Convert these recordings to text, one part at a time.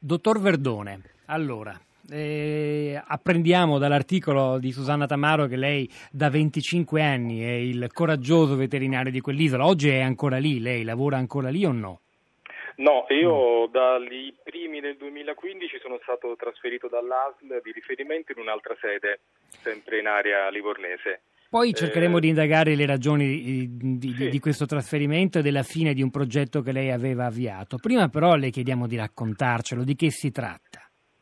Dottor Verdone, allora, apprendiamo dall'articolo di Susanna Tamaro che lei da 25 anni è il coraggioso veterinario di quell'isola. Oggi è ancora lì, lei lavora ancora lì o no? No, io dai primi del 2015 sono stato trasferito dall'ASL di riferimento in un'altra sede, sempre in area livornese. Poi cercheremo di indagare le ragioni Sì. di questo trasferimento e della fine di un progetto che lei aveva avviato. Prima però le chiediamo di raccontarcelo, di che si tratta.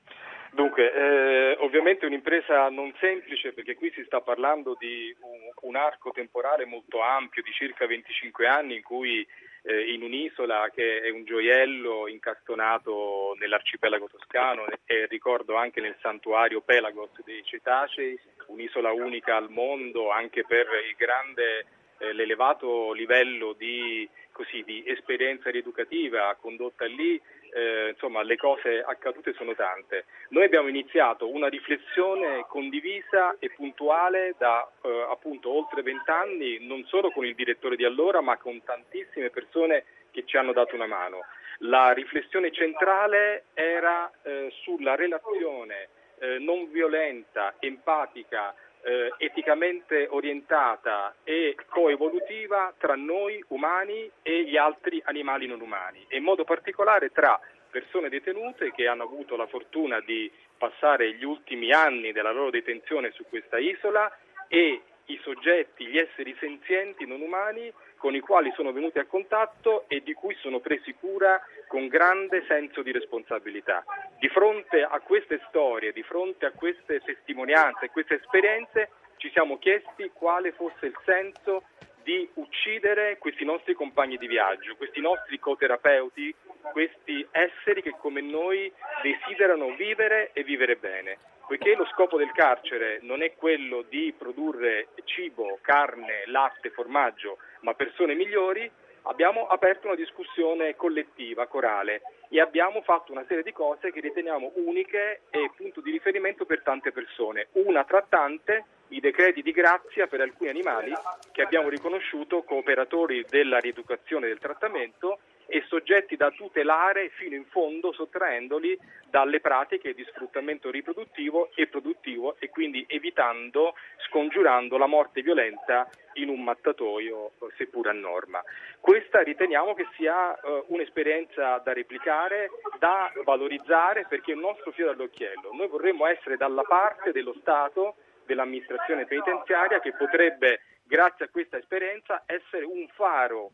Dunque, ovviamente è un'impresa non semplice perché qui si sta parlando di un arco temporale molto ampio di circa 25 anni in cui in un'isola che è un gioiello incastonato nell'arcipelago toscano e ricordo anche nel santuario Pelagos dei Cetacei, un'isola unica al mondo anche per il grande, l'elevato livello di esperienza rieducativa condotta lì. Insomma, le cose accadute sono tante. Noi abbiamo iniziato una riflessione condivisa e puntuale da appunto oltre 20 anni, non solo con il direttore di allora, ma con tantissime persone che ci hanno dato una mano. La riflessione centrale era sulla relazione non violenta, empatica, eticamente orientata e coevolutiva tra noi umani e gli altri animali non umani e in modo particolare tra persone detenute che hanno avuto la fortuna di passare gli ultimi anni della loro detenzione su questa isola e i soggetti, gli esseri senzienti non umani con i quali sono venuti a contatto e di cui sono presi cura con grande senso di responsabilità. Di fronte a queste storie, di fronte a queste testimonianze, a queste esperienze, ci siamo chiesti quale fosse il senso di uccidere questi nostri compagni di viaggio, questi nostri coterapeuti, questi esseri che come noi desiderano vivere e vivere bene. Poiché lo scopo del carcere non è quello di produrre cibo, carne, latte, formaggio, ma persone migliori, abbiamo aperto una discussione collettiva, corale, e abbiamo fatto una serie di cose che riteniamo uniche e punto di riferimento per tante persone. Una tra tante, i decreti di grazia per alcuni animali che abbiamo riconosciuto cooperatori della rieducazione del trattamento e soggetti da tutelare fino in fondo, sottraendoli dalle pratiche di sfruttamento riproduttivo e produttivo e quindi evitando, scongiurando la morte violenta in un mattatoio, seppur a norma. Questa riteniamo che sia un'esperienza da replicare, da valorizzare, perché è il nostro fiore all'occhiello. Noi vorremmo essere dalla parte dello Stato, dell'amministrazione penitenziaria, che potrebbe, grazie a questa esperienza, essere un faro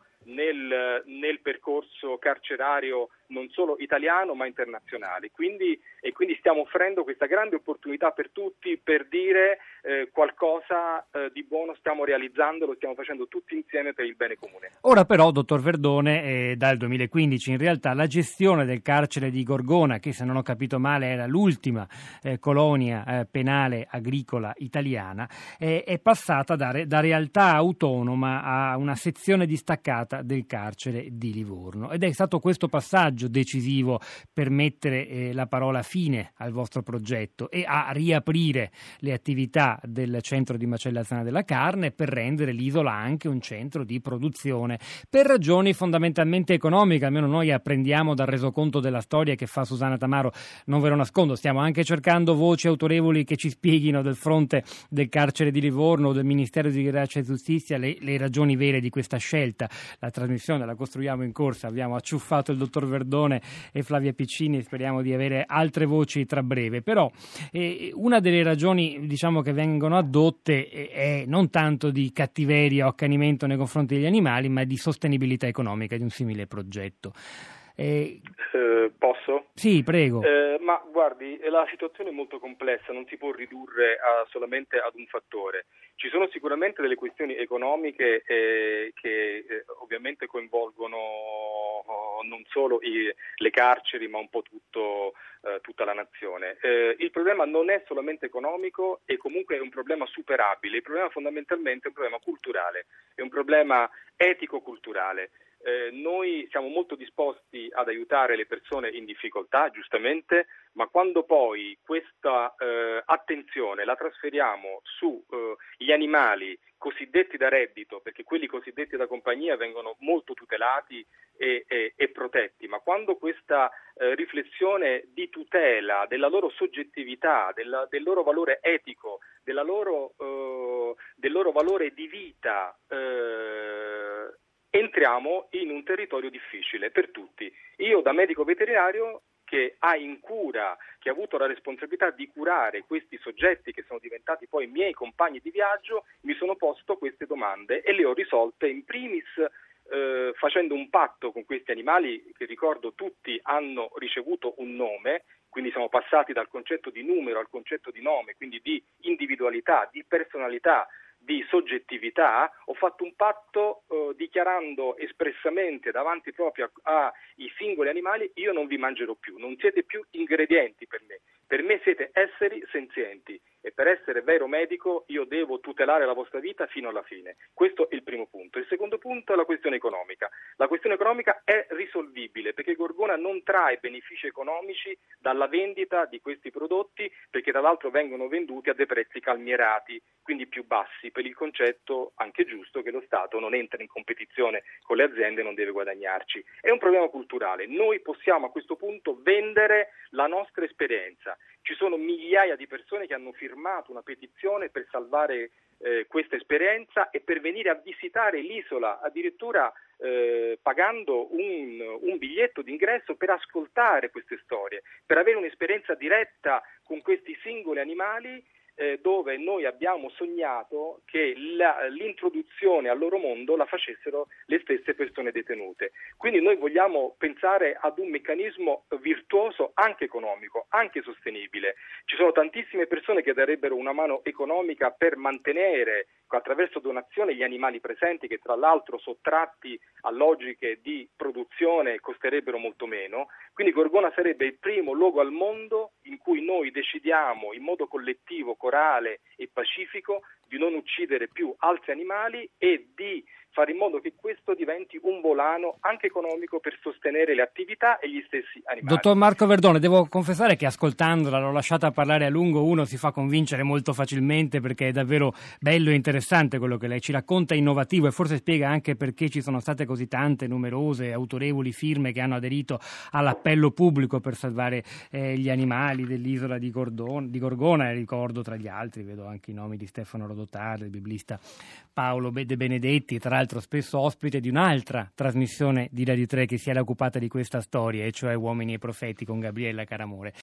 nel percorso carcerario non solo italiano ma internazionale. Quindi stiamo offrendo questa grande opportunità per tutti per dire qualcosa di buono stiamo realizzando, lo stiamo facendo tutti insieme per il bene comune. Ora però, dottor Verdone, dal 2015 in realtà la gestione del carcere di Gorgona, che se non ho capito male era l'ultima colonia penale agricola italiana, è passata da realtà autonoma a una sezione distaccata del carcere di Livorno ed è stato questo passaggio decisivo per mettere la parola fine al vostro progetto e a riaprire le attività del centro di macellazione della carne per rendere l'isola anche un centro di produzione per ragioni fondamentalmente economiche. Almeno noi apprendiamo dal resoconto della storia che fa Susanna Tamaro, non ve lo nascondo, stiamo anche cercando voci autorevoli che ci spieghino del fronte del carcere di Livorno o del Ministero di Grazia e Giustizia le ragioni vere di questa scelta. La trasmissione la costruiamo in corsa, abbiamo acciuffato il dottor Verdone e Flavia Piccini, speriamo di avere altre voci tra breve, però una delle ragioni che vengono addotte è non tanto di cattiveria o accanimento nei confronti degli animali, ma di sostenibilità economica di un simile progetto. Posso? Sì, prego. Ma guardi, la situazione è molto complessa, non si può ridurre solamente ad un fattore. Ci sono sicuramente delle questioni economiche che ovviamente coinvolgono non solo le carceri, ma un po' tutta la nazione. Il problema non è solamente economico e comunque è un problema superabile. Il problema fondamentalmente è un problema culturale, è un problema etico-culturale. Noi siamo molto disposti ad aiutare le persone in difficoltà, giustamente, ma quando poi questa attenzione la trasferiamo su gli animali cosiddetti da reddito, perché quelli cosiddetti da compagnia vengono molto tutelati e protetti, ma quando questa riflessione di tutela della loro soggettività, del loro valore etico, del loro valore di vita, entriamo in un territorio difficile per tutti. Io da medico veterinario che ha avuto la responsabilità di curare questi soggetti che sono diventati poi miei compagni di viaggio, mi sono posto queste domande e le ho risolte in primis facendo un patto con questi animali che, ricordo, tutti hanno ricevuto un nome, quindi siamo passati dal concetto di numero al concetto di nome, quindi di individualità, di personalità, di soggettività. Ho fatto un patto dichiarando espressamente davanti proprio ai singoli animali: io non vi mangerò più, non siete più ingredienti per me siete esseri senzienti e per essere vero medico io devo tutelare la vostra vita fino alla fine. Questo è il primo punto. Il secondo punto è la questione economica. La questione economica è risolvibile perché Gorgona non trae benefici economici dalla vendita di questi prodotti, perché tra l'altro vengono venduti a dei prezzi calmierati, quindi più bassi, per il concetto anche giusto che lo Stato non entra in competizione con le aziende e non deve guadagnarci. È un problema culturale. Noi possiamo a questo punto vendere la nostra esperienza. Ci sono migliaia di persone che hanno firmato una petizione per salvare questa esperienza e per venire a visitare l'isola, addirittura pagando un biglietto d'ingresso per ascoltare queste storie, per avere un'esperienza diretta con questi singoli animali, dove noi abbiamo sognato che l'introduzione al loro mondo la facessero le stesse persone detenute. Quindi noi vogliamo pensare ad un meccanismo virtuoso, anche economico, anche sostenibile. Ci sono tantissime persone che darebbero una mano economica per mantenere attraverso donazione gli animali presenti, che tra l'altro sottratti a logiche di produzione costerebbero molto meno. Quindi Gorgona sarebbe il primo luogo al mondo in cui noi decidiamo in modo collettivo, corale e pacifico di non uccidere più altri animali e di fare in modo che questo diventi un volano anche economico per sostenere le attività e gli stessi animali. Dottor Marco Verdone, devo confessare che ascoltandola, l'ho lasciata parlare a lungo, uno si fa convincere molto facilmente perché è davvero bello e interessante quello che lei ci racconta, innovativo, e forse spiega anche perché ci sono state così tante numerose autorevoli firme che hanno aderito all'appello pubblico per salvare gli animali dell'isola di Gorgona, e ricordo tra gli altri, vedo anche i nomi di Stefano Rodotà, del biblista Paolo De Benedetti, tra l'altro spesso ospite di un'altra trasmissione di Radio 3 che si era occupata di questa storia, e cioè Uomini e Profeti con Gabriella Caramore.